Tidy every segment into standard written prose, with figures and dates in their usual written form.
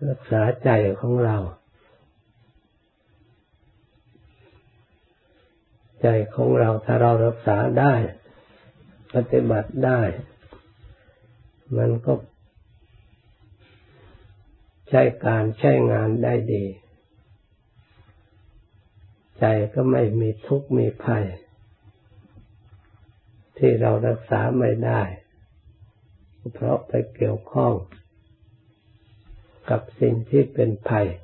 รักษาใจของเราใจของเราถ้าเรารักษาได้ปฏิบัติได้มันก็ใช้การใช้งานได้ดีใจก็ไม่มีทุกข์มีภัยที่เรารักษาไม่ได้เพราะไปเกี่ยวข้องกับสิ่งที่เป็นภัย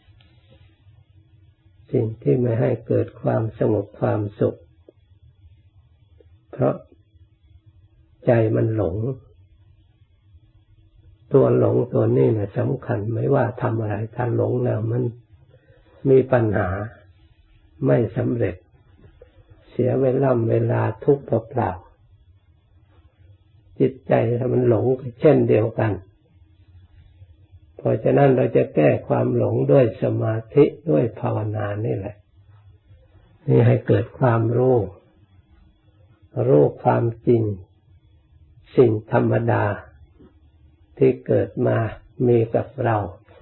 สิ่งที่ไม่ให้เกิดความสงบความสุขเพราะใจมันหลงตัวหลงตัวนี้นะสำคัญไม่ว่าทำอะไรถ้าหลงแล้วมันมีปัญหาไม่สำเร็จเสียเวลาทุกข์เปล่าๆจิตใจถ้ามันหลงเช่นเดียวกันเพราะฉะนั้นเราจะแก้ความหลงด้วยสมาธิด้วยภาวนานี่แหละนี่ให้เกิดความรู้ความจริงสิ่งธรรมดาที่เกิดมามีกับเรา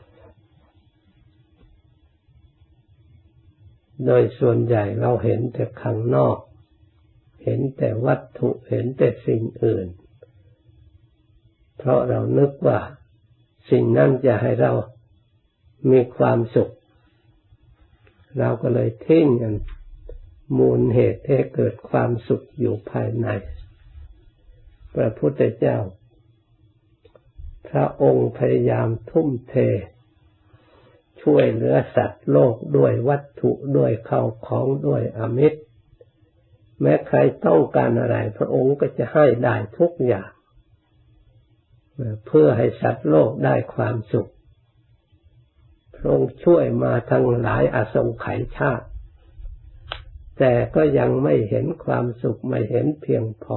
โดยส่วนใหญ่เราเห็นแต่ข้างนอกเห็นแต่วัตถุเห็นแต่สิ่งอื่นเพราะเรานึกว่าสิ่งนั้นจะให้เรามีความสุขเราก็เลยทิ้งกันมูลเหตุให้เกิดความสุขอยู่ภายในพระพุทธเจ้าพระองค์พยายามทุ่มเทช่วยเหลือสัตว์โลกด้วยวัตถุด้วยข้าวของด้วยอมิตรแม้ใครต้องการอะไรพระองค์ก็จะให้ได้ทุกอย่างเพื่อให้สัตว์โลกได้ความสุขพระองค์ช่วยมาทั้งหลายอสงไขยชาติแต่ก็ยังไม่เห็นความสุขไม่เห็นเพียงพอ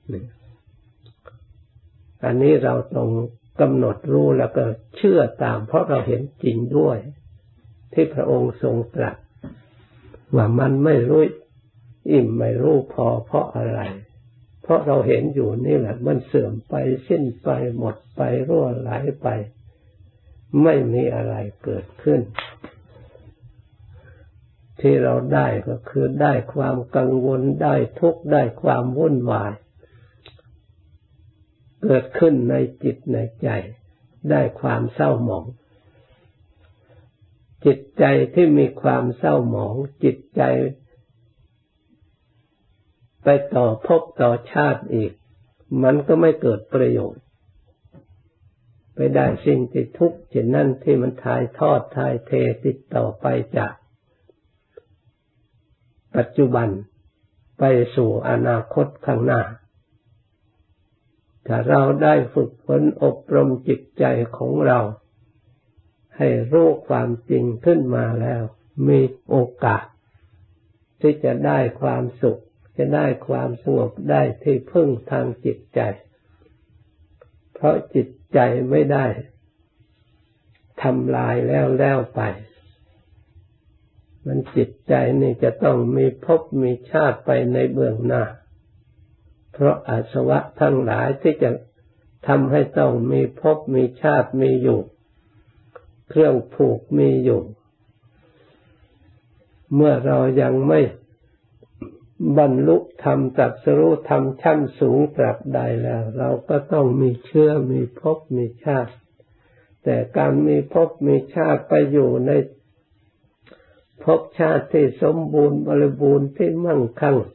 อันนี้เราต้องกำหนดรู้แล้วก็เชื่อตามเพราะเราเห็นจริงด้วยที่พระองค์ทรงตรัสว่ามันไม่รู้อิ่มไม่รู้พอเพราะอะไรเพราะเราเห็นอยู่นี่แหละมันเสื่อมไปสิ้นไปหมดไปรั่วไหลไปไม่มีอะไรเกิดขึ้นที่เราได้ก็คือได้ความกังวลได้ทุกข์ได้ความวุ่นวายเกิดขึ้นในจิตในใจได้ความเศร้าหมองจิตใจที่มีความเศร้าหมองจิตใจไปต่อภพต่อชาติอีกมันก็ไม่เกิดประโยชน์ไปได้สิ่งที่ทุกข์เช่นนั้นที่มันถ่ายทอดถ่ายเทติดต่อไปจากปัจจุบันไปสู่อนาคตข้างหน้าถ้าเราได้ฝึกฝนอบรมจิตใจของเราให้รู้ความจริงขึ้นมาแล้วมีโอกาสที่จะได้ความสุขจะได้ความสงบได้ที่พึ่งทางจิตใจเพราะจิตใจไม่ได้ทำลายแล้วไปมันจิตใจนี่จะต้องมีภพมีชาติไปในเบื้องหน้าเพราะอาสวะทั้งหลายที่จะทำให้ต้องมีภพมีชาติมีอยู่เครื่องผูกมีอยู่เมื่อเรายังไม่บรรลุธรรมตรัสรู้ธรรมชั้นสูงตราบใดแล้วเราก็ต้องมีเชื้อมีภพมีชาติแต่การมีภพมีชาติไปอยู่ในภพชาติที่สมบูรณ์บริบูรณ์ที่มั่งคั่ง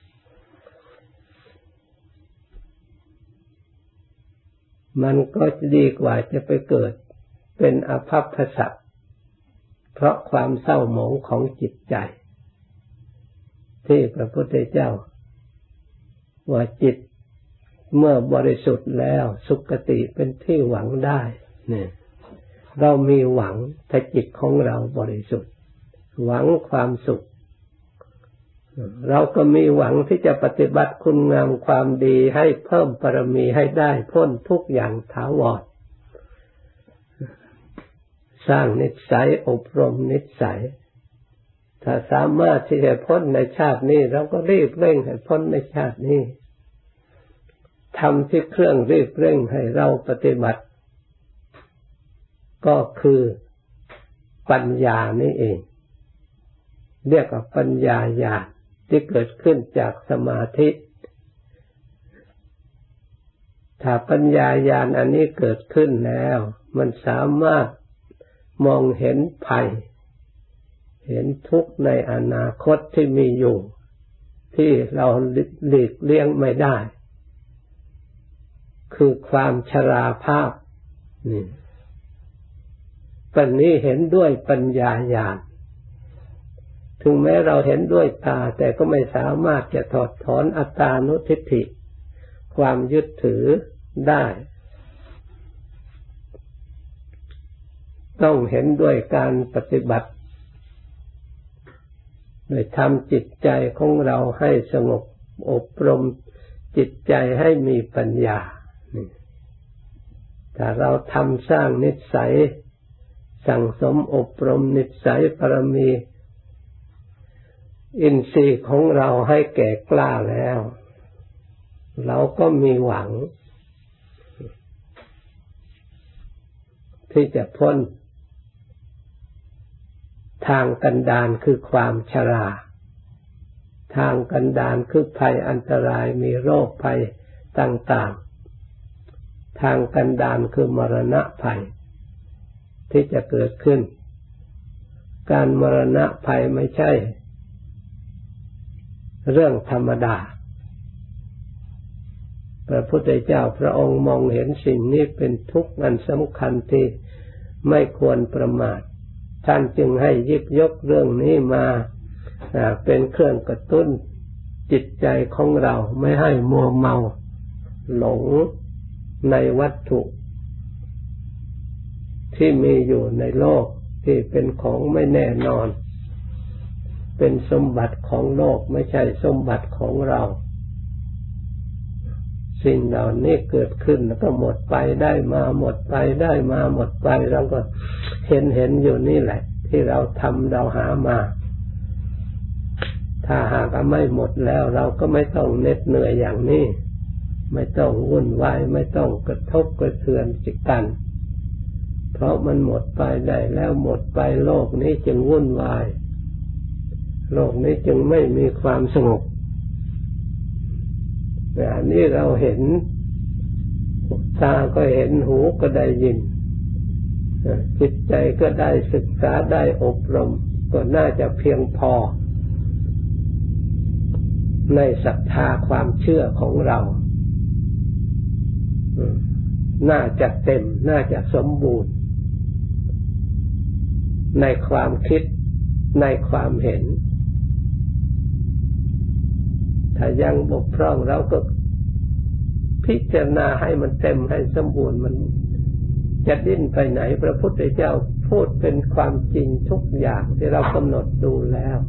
มันก็ดีกว่าจะไปเกิดเป็นอภัพพสัตว์เพราะความเศร้าหมองของจิตใจที่พระพุทธเจ้าว่าจิตเมื่อบริสุทธิ์แล้วสุคติเป็นที่หวังได้เนี่ยเรามีหวังถ้าจิตของเราบริสุทธิ์หวังความสุขเราก็มีหวังที่จะปฏิบัติคุณงามความดีให้เพิ่มบารมีให้ได้พ้นทุกอย่างถาวรสร้างนิสัยอบรมนิสัยถ้าสามารถที่จะพ้นในชาตินี้เราก็รีบเร่งให้พ้นในชาตินี้ทำที่เครื่องรีบเร่งให้เราปฏิบัติก็คือปัญญานี่เองเรียกว่าปัญญาญาณที่เกิดขึ้นจากสมาธิถ้าปัญญาญาณอันนี้เกิดขึ้นแล้วมันสามารถมองเห็นภัยเห็นทุกข์ในอนาคตที่มีอยู่ที่เราหลีกเลี่ยงไม่ได้คือความชราภาพนี่ปัญนี้เห็นด้วยปัญญาญาณถึงแม้เราเห็นด้วยตาแต่ก็ไม่สามารถจะถอดถอนอัตตานุทิฏฐิความยึดถือได้ต้องเห็นด้วยการปฏิบัติโดยทำจิตใจของเราให้สงบอบรมจิตใจให้มีปัญญาถ้าเราทำสร้างนิสัยสั่งสมอบรมนิสัยบารมีอินทรีย์ของเราให้แก่กล้าแล้วเราก็มีหวังที่จะพ้นทางกันดารคือความชราทางกันดารคือภัยอันตรายมีโรคภัยต่างๆทางกันดารคือมรณะภัยที่จะเกิดขึ้นการมรณะภัยไม่ใช่เรื่องธรรมดาพระพุทธเจ้าพระองค์มองเห็นสิ่งนี้เป็นทุกข์อันสำคัญที่ไม่ควรประมาทท่านจึงให้หยิบยกเรื่องนี้มาเป็นเครื่องกระตุ้นจิตใจของเราไม่ให้มัวเมาหลงในวัตถุที่มีอยู่ในโลกที่เป็นของไม่แน่นอนเป็นสมบัติของโลกไม่ใช่สมบัติของเราสิ่งเหล่านี้เกิดขึ้นแล้วก็หมดไปได้มาหมดไปได้มาหมดไปเราก็เห็นอยู่นี่แหละที่เราทำเราหามาถ้าหากไม่หมดแล้วเราก็ไม่ต้องเหน็ดเหนื่อยอย่างนี้ไม่ต้องวุ่นวายไม่ต้องกระทบกระเทือนจิตกันเพราะมันหมดไปได้แล้วหมดไปโลกนี้จึงวุ่นวายโลกนี้จึงไม่มีความสงบอันนี้เราเห็นตาก็เห็นหูก็ได้ยินจิตใจก็ได้ศึกษาได้อบรมก็น่าจะเพียงพอในศรัทธาความเชื่อของเราน่าจะเต็มน่าจะสมบูรณ์ในความคิดในความเห็นถ้ายังบกพร่องเราก็พิจารณาให้มันเต็มให้สมบูรณ์มันจะดิ้นไปไหนพระพุทธเจ้าพูดเป็นความจริงทุกอย่างที่เรากำหนดดูแล้ว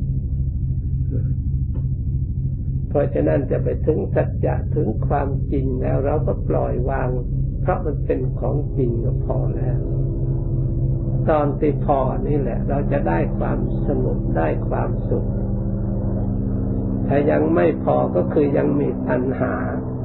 เพราะฉะนั้นจะไปถึงสัจจะถึงความจริงแล้วเราก็ปล่อยวางเพราะมันเป็นของจริงก็พอแล้วตอนที่พอนี่แหละเราจะได้ความสงบได้ความสุขถ้ายังไม่พอก็คือยังมีตัณหา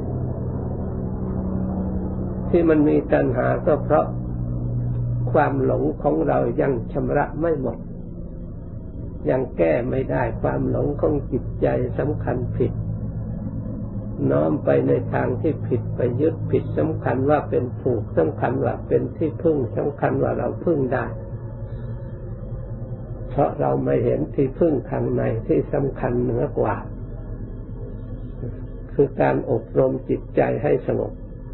ที่มันมีตัณหาก็เพราะความหลงของเรายังชำระไม่หมดยังแก้ไม่ได้ความหลงของจิตใจสำคัญผิดน้อมไปในทางที่ผิดไปยึดผิดสำคัญว่าเป็นถูกสำคัญว่าเป็นที่พึ่งสำคัญว่าเราพึ่งได้เพราะเราไม่เห็นที่พึ่งข้างในที่สำคัญเหนือกว่าคือการอบรมจิตใจให้สงบ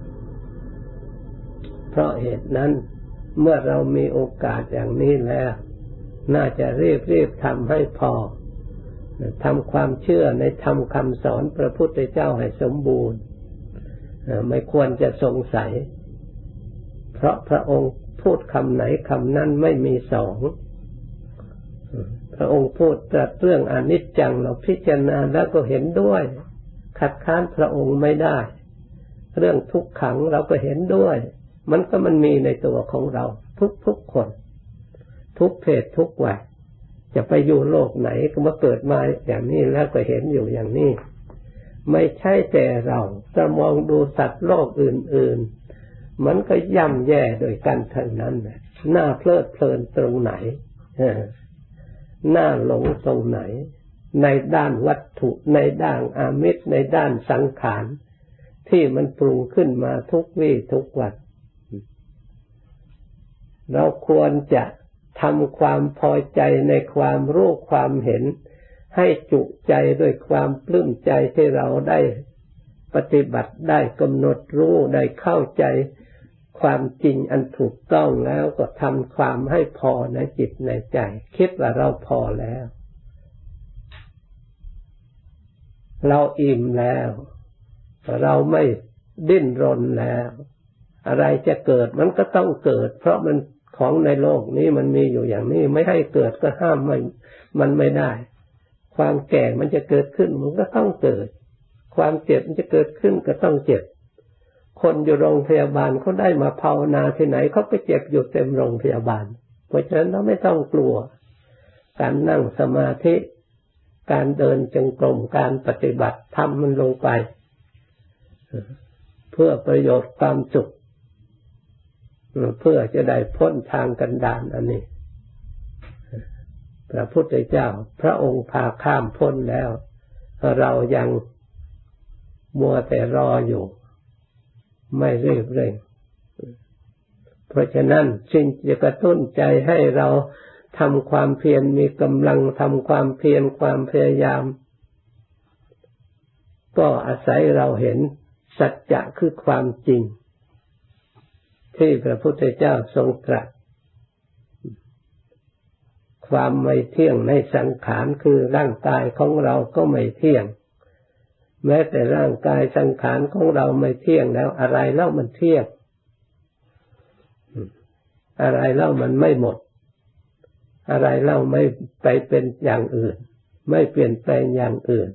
เพราะเหตุนั้นเมื่อเรามีโอกาสอย่างนี้แล้วน่าจะรีบทำให้พอทำความเชื่อในธรรมคำสอนพระพุทธเจ้าให้สมบูรณ์ไม่ควรจะสงสัยเพราะพระองค์พูดคำไหนคำนั้นไม่มีสองพระองค์พูดตรัสเรื่องอนิจจังเราพิจารณาแล้วก็เห็นด้วยขัดค้านพระองค์ไม่ได้เรื่องทุกขังเราก็เห็นด้วยมันมีในตัวของเราทุกคนทุกเพศทุกวัยจะไปอยู่โลกไหนก็มาเกิดมาอย่างนี้แล้วก็เห็นอยู่อย่างนี้ไม่ใช่แต่เราจะมองดูสัตว์โลกอื่นๆมันก็ย่ำแย่โดยกันทั้งนั้นแหละน่าเพลิดเพลินตรงไหนน่าหลงตรงไหนในด้านวัตถุในด้านอามิตรในด้านสังขารที่มันปรุงขึ้นมาทุกวี่ทุกวันเราควรจะทำความพอใจในความรู้ความเห็นให้จุใจด้วยความปลื้มใจที่เราได้ปฏิบัติได้กำหนดรู้ได้เข้าใจความจริงอันถูกต้องแล้วก็ทำความให้พอในจิตในใจคิดว่าเราพอแล้วเราอิ่มแล้วเราไม่ดิ้นรนแล้วอะไรจะเกิดมันก็ต้องเกิดเพราะมันของในโลกนี้มันมีอยู่อย่างนี้ไม่ให้เกิดก็ห้ามมันไม่ได้ความแก่มันจะเกิดขึ้นมันก็ต้องเกิดความเจ็บมันจะเกิดขึ้นก็ต้องเจ็บคนอยู่โรงพยาบาลเขาได้มาภาวนาที่ไหนเขาไปเจ็บอยู่เต็มโรงพยาบาลเพราะฉะนั้นเราไม่ต้องกลัวการนั่งสมาธิการเดินจงกรมการปฏิบัติทำมันลงไปเพื่อประโยชน์ความสุขเพื่อจะได้พ้นทางกันดารอันนี้พระพุทธเจ้าพระองค์พาข้ามพ้นแล้วเรายังมัวแต่รออยู่ไม่รีบเร่งเพราะฉะนั้นสิ่งจะกระตุ้นใจให้เราทำความเพียรมีกำลังทำความเพียรความพยายามก็อาศัยเราเห็นสัจจะคือความจริงที่พระพุทธเจ้าทรงตรัสความไม่เที่ยงในสังขารคือร่างกายของเราก็ไม่เที่ยงแม้แต่ร่างกายสังขารของเราไม่เที่ยงแล้วอะไรเล่ามันเที่ยงอะไรเล่ามันไม่หมดอะไรเล่าไม่ไปเป็นอย่างอื่นไม่เปลี่ยนแปลงอย่างอื่น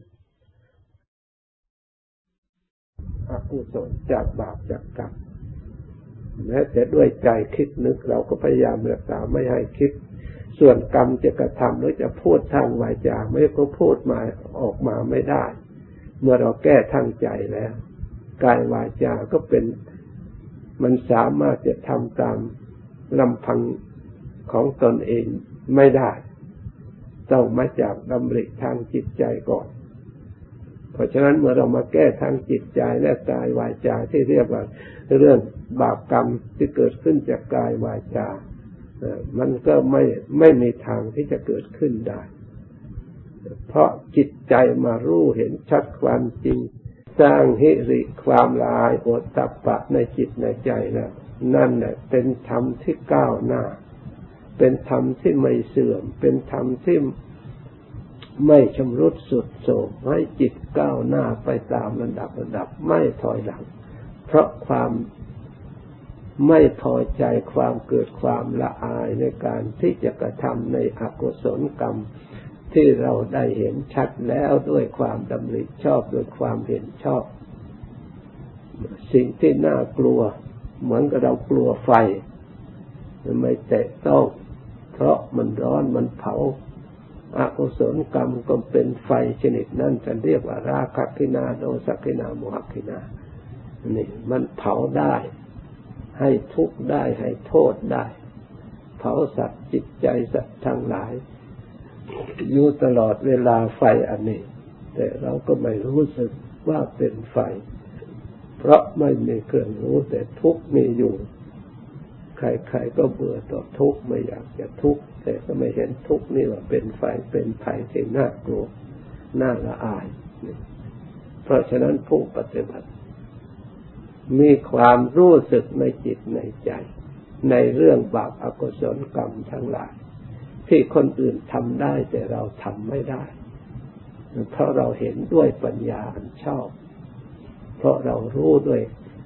อกุศลจากบาปจากกรรมแม้แต่ด้วยใจคิดนึกเราก็พยายามรักษาไม่ให้คิดส่วนกรรมจะกระทำหรือจะพูดทางวาจาไม่ก็พูดมาออกมาไม่ได้เมื่อเราแก้ทางใจแล้วกายวาจาก็เป็นมันสามารถจะทำตามลำพังของตนเองไม่ได้ต้องมาจากดำริทางจิตใจก่อนเพราะฉะนั้นเมื่อเรามาแก้ทางจิตใจและกายวาจาที่เรียกว่าเรื่องบาปกรรมที่เกิดขึ้นจากกายวาจามันก็ไม่มีทางที่จะเกิดขึ้นได้เพราะจิตใจมารู้เห็นชัดความจริงสร้างหิริความละอายโอตตัปปะในจิตในใจแล้วนั่นแหละเป็นธรรมที่ก้าวหน้าเป็นธรรมที่ไม่เสื่อมเป็นธรรมที่ไม่ชำรุดทรุดโทรมให้จิตก้าวหน้าไปตามระดับไม่ถอยหลังเพราะความไม่พอใจความเกิดความละอายในการที่จะกระทำในอกุศลกรรมที่เราได้เห็นชัดแล้วด้วยความดำริชอบด้วยความเห็นชอบสิ่งที่น่ากลัวเหมือนกับเรากลัวไฟไม่แตะต้องเพราะมันร้อนมันเผาอกุศลกรรมก็เป็นไฟชนิดนั้นจะเรียกว่าราคะกินาโทสะกินาโมหกินานี่มันเผาได้ให้ทุกข์ได้ให้โทษได้เผาสัตว์จิตใจสัตว์ทั้งหลายอยู่ตลอดเวลาไฟอันนี้แต่เราก็ไม่รู้สึกว่าเป็นไฟเพราะไม่มีเครื่องรู้แต่ทุกข์มีอยู่ใครๆก็เบื่อต่อทุกข์ไม่อยากจะทุกข์แต่ก็ไม่เห็นทุกข์นี่ว่าเป็นไฟเป็นภัยที่น่ากลัวน่าละอายเพราะฉะนั้นผู้ปฏิบัติมีความรู้สึกในจิตในใจในเรื่องบาปอกุศลกรรมทั้งหลายที่คนอื่นทำได้แต่เราทำไม่ได้เพราะเราเห็นด้วยปัญญาอันชอบเพราะเรารู้ด้วย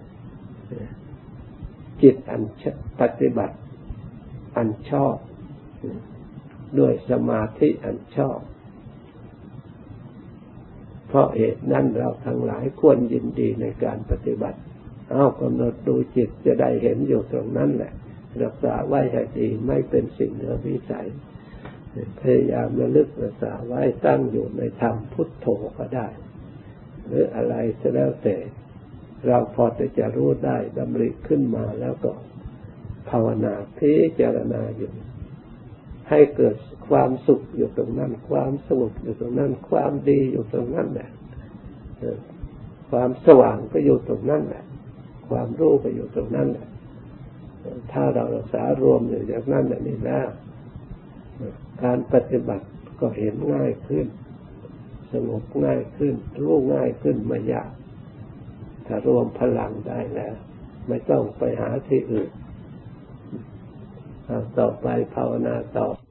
จิตอันปฏิบัติอันชอบด้วยสมาธิอันชอบเพราะเหตุนั้นเราทั้งหลายควรยินดีในการปฏิบัติกำหนดดูจิตจะได้เห็นอยู่ตรงนั้นแหละรักษาไว้ให้ดีไม่เป็นสิ่งเหนือวิสัยพยายามระลึกรักษาไว้ตั้งอยู่ในธรรมพุทโธก็ได้หรืออะไรก็แล้วแต่เราพอจะรู้ได้ดำริขึ้นมาแล้วก็ภาวนาพิจารณาอยู่ให้เกิดความสุขอยู่ตรงนั้นความสงบอยู่ตรงนั้นความดีอยู่ตรงนั้นแหละความสว่างก็อยู่ตรงนั้นแหละความรู้ก็อยู่ตรงนั้นแหละถ้าเรารักษารวมอยู่อย่างนั้นนี่แล้วการปฏิบัติก็เห็นง่ายขึ้นสงบง่ายขึ้นรู้ง่ายขึ้นไม่ยากถ้ารวมพลังได้แล้วไม่ต้องไปหาที่อื่นต่อไปภาวนาต่อ